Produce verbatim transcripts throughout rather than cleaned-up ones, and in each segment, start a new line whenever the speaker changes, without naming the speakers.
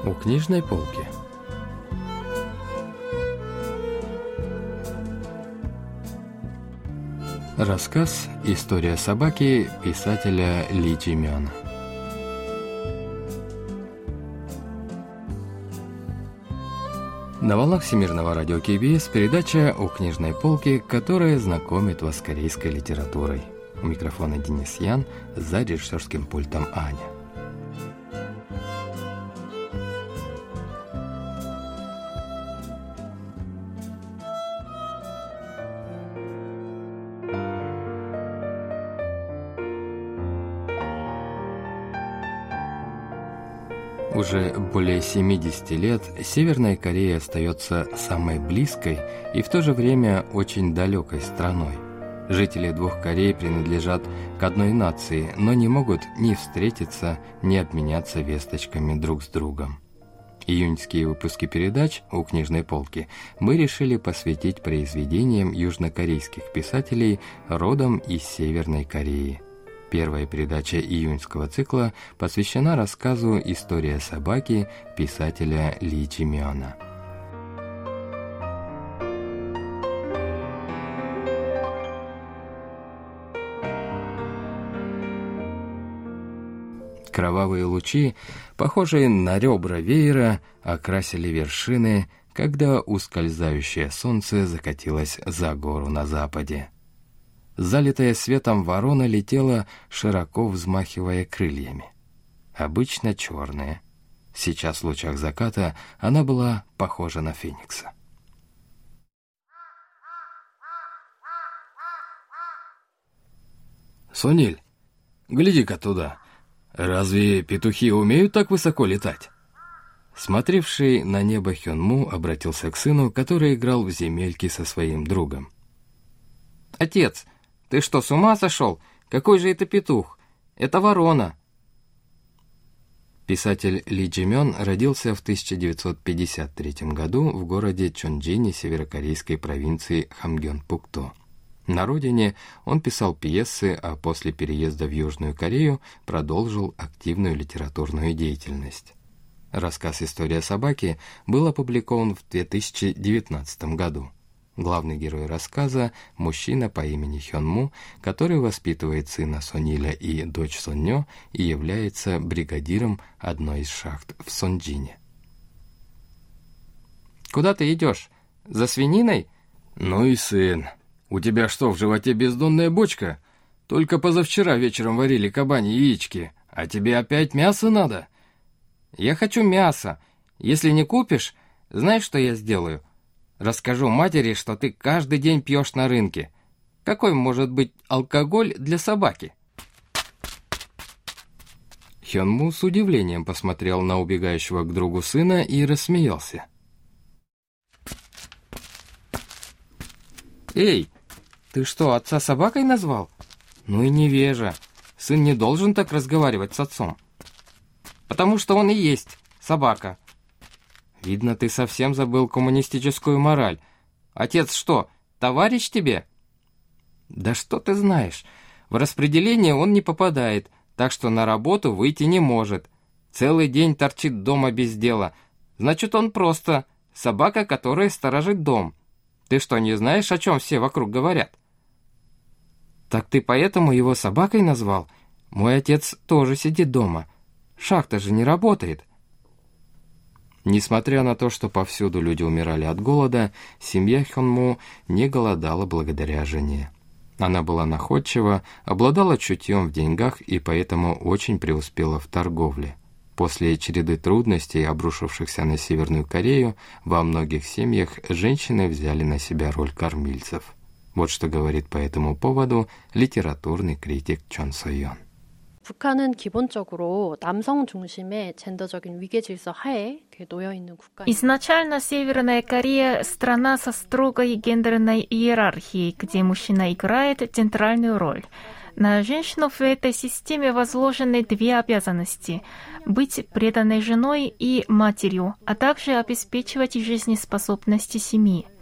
У книжной полки. Рассказ «История собаки» писателя Ли Джимёна. На волнах Всемирного радио кей би эс передача «У книжной полки», которая знакомит вас с корейской литературой. У микрофона Денис Ян, за режиссерским пультом Аня. Уже более семидесяти лет Северная Корея остается самой близкой и в то же время очень далекой страной. Жители двух Корей принадлежат к одной нации, но не могут ни встретиться, ни обменяться весточками друг с другом. Июньские выпуски передач «У книжной полки» мы решили посвятить произведениям южнокорейских писателей родом из Северной Кореи. Первая передача июньского цикла посвящена рассказу «История собаки» писателя Ли Джимёна. Кровавые лучи, похожие на ребра веера, окрасили вершины, когда ускользающее солнце закатилось за гору на западе. Залитая светом ворона летела, широко взмахивая крыльями. Обычно черная. Сейчас в лучах заката она была похожа на феникса. «Сониль, гляди-ка туда. Разве петухи умеют так высоко летать?» Смотревший на небо Хёнму обратился к сыну, который играл в земельки со своим другом. «Отец, ты что, с ума сошел? Какой же это петух? Это ворона!» Писатель Ли Джимён родился в тысяча девятьсот пятьдесят третьем году в городе Чонджине северокорейской провинции Хамгёнпукто. На родине он писал пьесы, а после переезда в Южную Корею продолжил активную литературную деятельность. Рассказ «История собаки» был опубликован в две тысячи девятнадцатом году. Главный герой рассказа – мужчина по имени Хёнму, который воспитывает сына Сониля и дочь Соннё и является бригадиром одной из шахт в Сонджине. «Куда ты идешь? За свининой?» «Ну и сын, у тебя что, в животе бездонная бочка? Только позавчера вечером варили кабани яички, а тебе опять мясо надо?» «Я хочу мясо. Если не купишь, знаешь, что я сделаю? Расскажу матери, что ты каждый день пьешь на рынке. Какой может быть алкоголь для собаки?» Хёнму с удивлением посмотрел на убегающего к другу сына и рассмеялся. «Эй, ты что, отца собакой назвал? Ну и невежа. Сын не должен так разговаривать с отцом. Потому что он и есть собака. Видно, ты совсем забыл коммунистическую мораль. Отец что, товарищ тебе?» «Да что ты знаешь? В распределение он не попадает, так что на работу выйти не может. Целый день торчит дома без дела. Значит, он просто собака, которая сторожит дом. Ты что, не знаешь, о чем все вокруг говорят?» «Так ты поэтому его собакой назвал? Мой отец тоже сидит дома. Шахта же не работает». Несмотря на то, что повсюду люди умирали от голода, семья Хёнму не голодала благодаря жене. Она была находчива, обладала чутьем в деньгах и поэтому очень преуспела в торговле. После череды трудностей, обрушившихся на Северную Корею, во многих семьях женщины взяли на себя роль кормильцев. Вот что говорит по этому поводу литературный критик Чон Со-연.
북한은 기본적으로 남성 중심의 젠더적인 위계 질서 하에 놓여 있는 국가입니다.
Изначально Северная Корея – страна со строгой гендерной иерархией, где мужчина играет центральную роль. На женщину в этой системе возложены две обязанности – быть преданной женой и матерью, а также обеспечивать жизнеспособность семьи.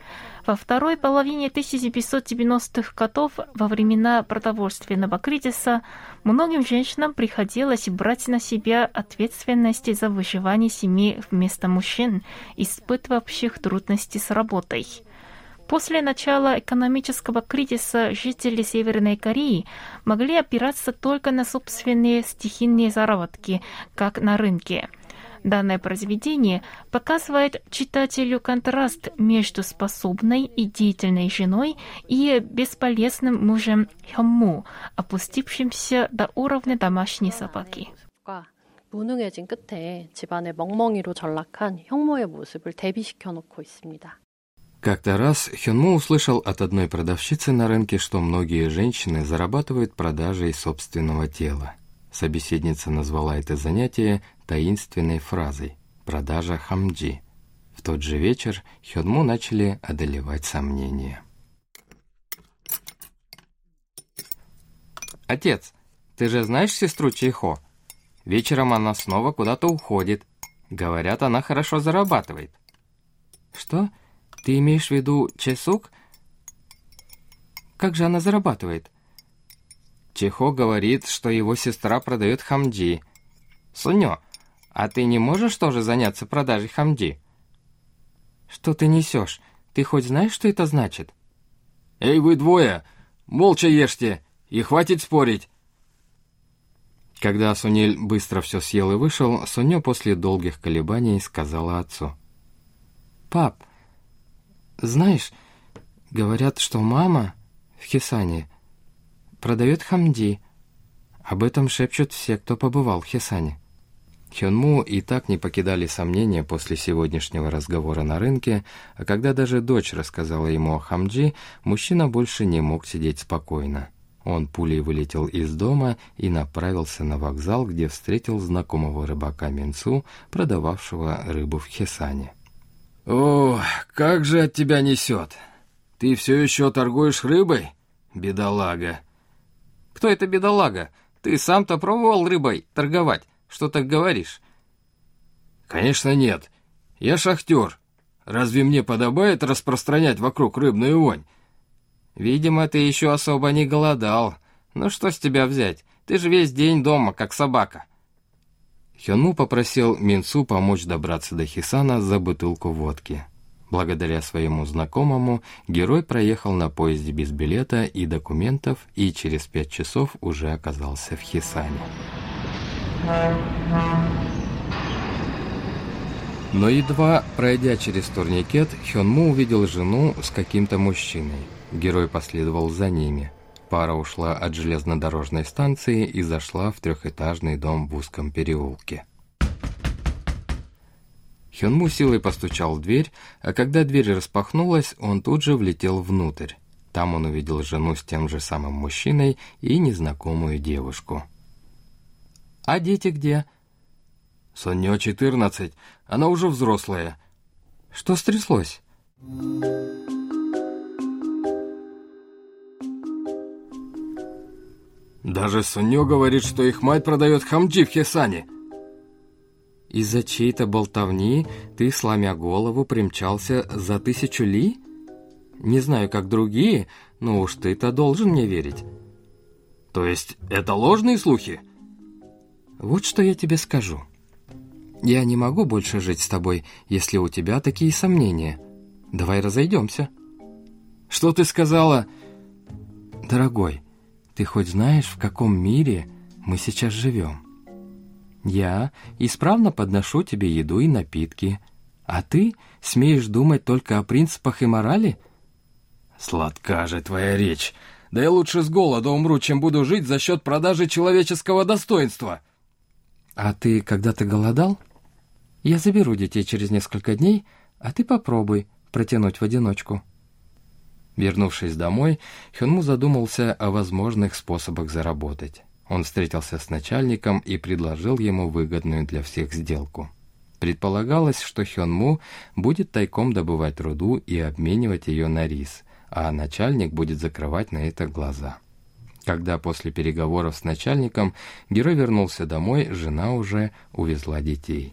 Во второй половине тысяча девятьсот девяностых годов, во времена продовольственного кризиса, многим женщинам приходилось брать на себя ответственность за выживание семьи вместо мужчин, испытывавших трудности с работой. После начала экономического кризиса жители Северной Кореи могли опираться только на собственные стихийные заработки, как на рынке. Данное произведение показывает читателю контраст между способной и деятельной женой и бесполезным мужем Хён무, опустившимся до уровня домашней собаки.
무능해진 끝에 집안의 멍멍이로 전락한 형모의 모습을 대비시켜 놓고 있습니다.
Как-то раз Хёнму услышал от одной продавщицы на рынке, что многие женщины зарабатывают продажей собственного тела. Собеседница назвала это занятие таинственной фразой «продажа хамджи». В тот же вечер Хёнму начали одолевать сомнения. «Отец, ты же знаешь сестру Чейхо? Вечером она снова куда-то уходит. Говорят, она хорошо зарабатывает». «Что? Ты имеешь в виду Чесук? Как же она зарабатывает?» Чейхо говорит, что его сестра продает хамджи. «Суньо, а ты не можешь тоже заняться продажей хамджи?» «Что ты несешь? Ты хоть знаешь, что это значит?»
«Эй, вы двое! Молча ешьте, и хватит спорить!»
Когда Сунель быстро все съел и вышел, Суньо после долгих колебаний сказала отцу: «Пап, знаешь, говорят, что мама в Хесане продает хамджи. Об этом шепчут все, кто побывал в Хесане». Хёнму и так не покидали сомнения после сегодняшнего разговора на рынке, а когда даже дочь рассказала ему о хамджи, мужчина больше не мог сидеть спокойно. Он пулей вылетел из дома и направился на вокзал, где встретил знакомого рыбака Минцу, продававшего рыбу в Хесане.
«О, как же от тебя несет! Ты все еще торгуешь рыбой, бедолага?»
«Кто это бедолага? Ты сам-то пробовал рыбой торговать? Что так говоришь?»
«Конечно нет. Я шахтер. Разве мне подобает распространять вокруг рыбную вонь?»
«Видимо, ты еще особо не голодал. Ну что с тебя взять? Ты же весь день дома, как собака». Хёнму попросил Минцу помочь добраться до Хесана за бутылку водки. Благодаря своему знакомому герой проехал на поезде без билета и документов и через пять часов уже оказался в Хесане. Но едва пройдя через турникет, Хёнму увидел жену с каким-то мужчиной. Герой последовал за ними. Пара ушла от железнодорожной станции и зашла в трехэтажный дом в узком переулке. Хёнму силой постучал в дверь, а когда дверь распахнулась, он тут же влетел внутрь. Там он увидел жену с тем же самым мужчиной и незнакомую девушку. «А дети где?»
«Соньо четырнадцать, она уже взрослая».
«Что стряслось?»
«Даже Соньо говорит, что их мать продает хамджи в Хесане».
«Из-за чьей-то болтовни ты, сломя голову, примчался за тысячу ли? Не знаю, как другие, но уж ты-то должен мне верить».
«То есть это ложные слухи?»
«Вот что я тебе скажу. Я не могу больше жить с тобой, если у тебя такие сомнения. Давай разойдемся».
«Что ты сказала?»
«Дорогой, ты хоть знаешь, в каком мире мы сейчас живем? Я исправно подношу тебе еду и напитки, а ты смеешь думать только о принципах и морали?»
«Сладка же твоя речь. Да я лучше с голода умру, чем буду жить за счет продажи человеческого достоинства».
«А ты когда-то голодал? Я заберу детей через несколько дней, а ты попробуй протянуть в одиночку». Вернувшись домой, Хёнму задумался о возможных способах заработать. Он встретился с начальником и предложил ему выгодную для всех сделку. Предполагалось, что Хёнму будет тайком добывать руду и обменивать ее на рис, а начальник будет закрывать на это глаза. Когда после переговоров с начальником герой вернулся домой, жена уже увезла детей.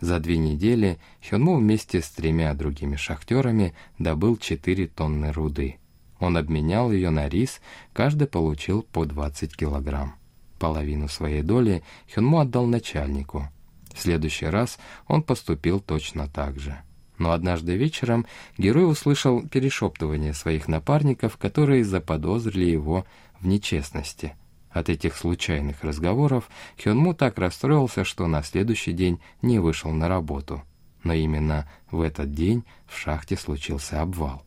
За две недели Хёнму вместе с тремя другими шахтерами добыл четыре тонны руды. Он обменял ее на рис, каждый получил по двадцать килограмм. Половину своей доли Хёнму отдал начальнику. В следующий раз он поступил точно так же. Но однажды вечером герой услышал перешептывание своих напарников, которые заподозрили его в нечестности. От этих случайных разговоров Хёнму так расстроился, что на следующий день не вышел на работу. Но именно в этот день в шахте случился обвал.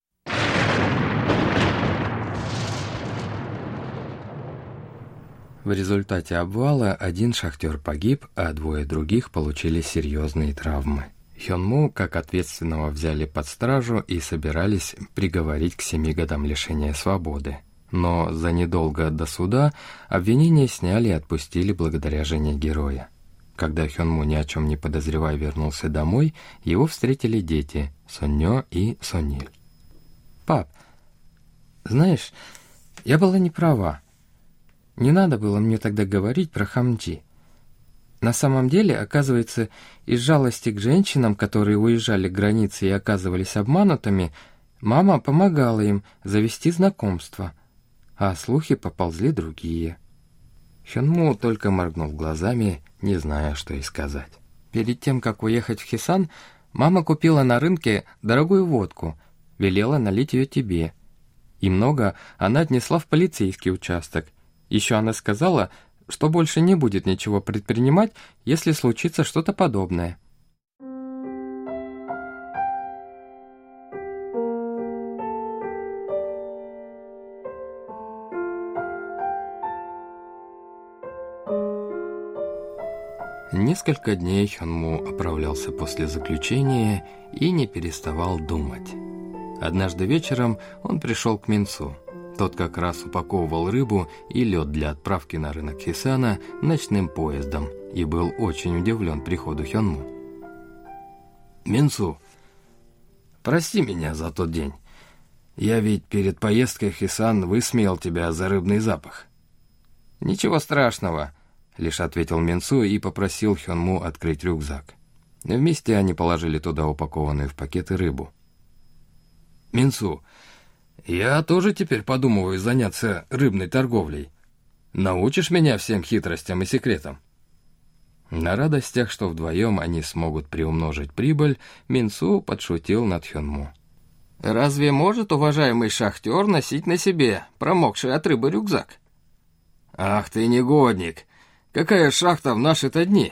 В результате обвала один шахтер погиб, а двое других получили серьезные травмы. Хёнму, как ответственного, взяли под стражу и собирались приговорить к семи годам лишения свободы. Но за недолго до суда обвинения сняли и отпустили благодаря жене героя. Когда Хёнму, ни о чем не подозревая, вернулся домой, его встретили дети Соннё и Сониль. «Пап, знаешь, я была не права. Не надо было мне тогда говорить про Хамджи. На самом деле, оказывается, из жалости к женщинам, которые уезжали к границе и оказывались обманутыми, мама помогала им завести знакомство, а слухи поползли другие». Хёнму только моргнул глазами, не зная, что и сказать. «Перед тем, как уехать в Хисан, мама купила на рынке дорогую водку, велела налить ее тебе. И много она отнесла в полицейский участок. Еще она сказала, что больше не будет ничего предпринимать, если случится что-то подобное». Несколько дней Хёнму оправлялся после заключения и не переставал думать. Однажды вечером он пришел к Минцу. Тот как раз упаковывал рыбу и лед для отправки на рынок Хисана ночным поездом и был очень удивлен приходу Хёнму.
«Минцу, прости меня за тот день. Я ведь перед поездкой в Хисан высмеял тебя за рыбный запах».
«Ничего страшного», — лишь ответил Минцу и попросил Хёнму открыть рюкзак. Вместе они положили туда упакованную в пакеты рыбу.
«Минцу, я тоже теперь подумываю заняться рыбной торговлей. Научишь меня всем хитростям и секретам?»
На радостях, что вдвоем они смогут приумножить прибыль, Минцу подшутил над Хёнму. «Разве может уважаемый шахтер носить на себе промокший от рыбы рюкзак?»
«Ах ты негодник! Какая шахта в наши-то дни?»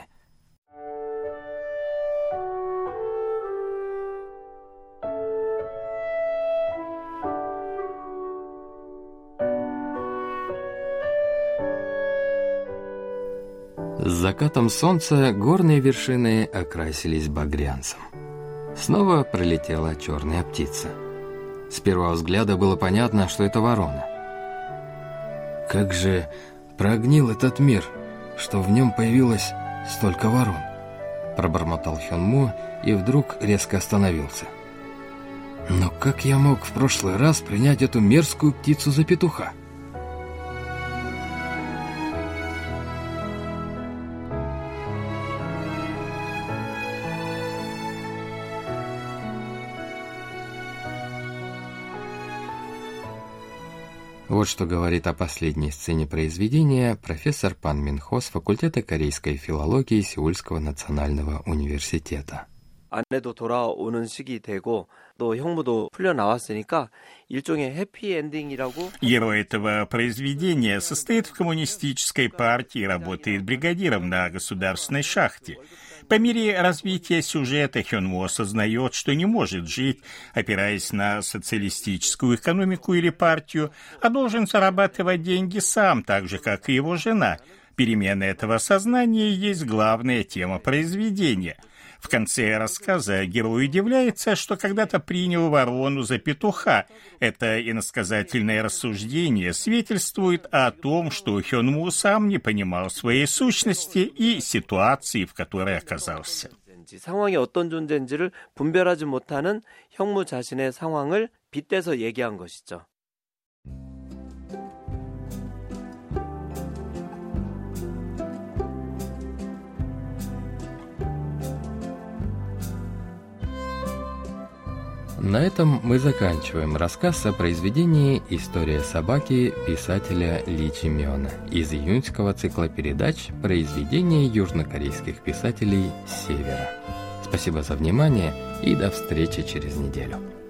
С закатом солнца горные вершины окрасились багрянцем. Снова пролетела черная птица. С первого взгляда было понятно, что это ворона.
«Как же прогнил этот мир, что в нем появилось столько ворон!»
Пробормотал Хёнму и вдруг резко остановился.
«Но как я мог в прошлый раз принять эту мерзкую птицу за петуха?»
Вот что говорит о последней сцене произведения профессор Пан Мин Хо с факультета корейской филологии Сеульского национального университета.
아내도 돌아오는 시기 되고 또 형무도 풀려 나왔으니까 일종의 해피엔딩이라고.
Герой этого произведения состоит в коммунистической партии и работает бригадиром на государственной шахте. По мере развития сюжета Хёнму осознает, что не может жить, опираясь на социалистическую экономику или партию, а должен зарабатывать деньги сам, так же, как и его жена. Перемена этого сознания есть главная тема произведения. В конце рассказа герой удивляется, что когда-то принял ворону за петуха. Это иносказательное рассуждение свидетельствует о том, что Хёнму сам не понимал своей сущности и ситуации, в которой оказался.
상황이 어떤 존재인지를 분별하지 못하는 형무 자신의 상황을 빗대서 얘기한 것이죠.
На этом мы заканчиваем рассказ о произведении «История собаки» писателя Ли Чжимёна из июньского цикла передач «Произведения южнокорейских писателей с Севера». Спасибо за внимание и до встречи через неделю.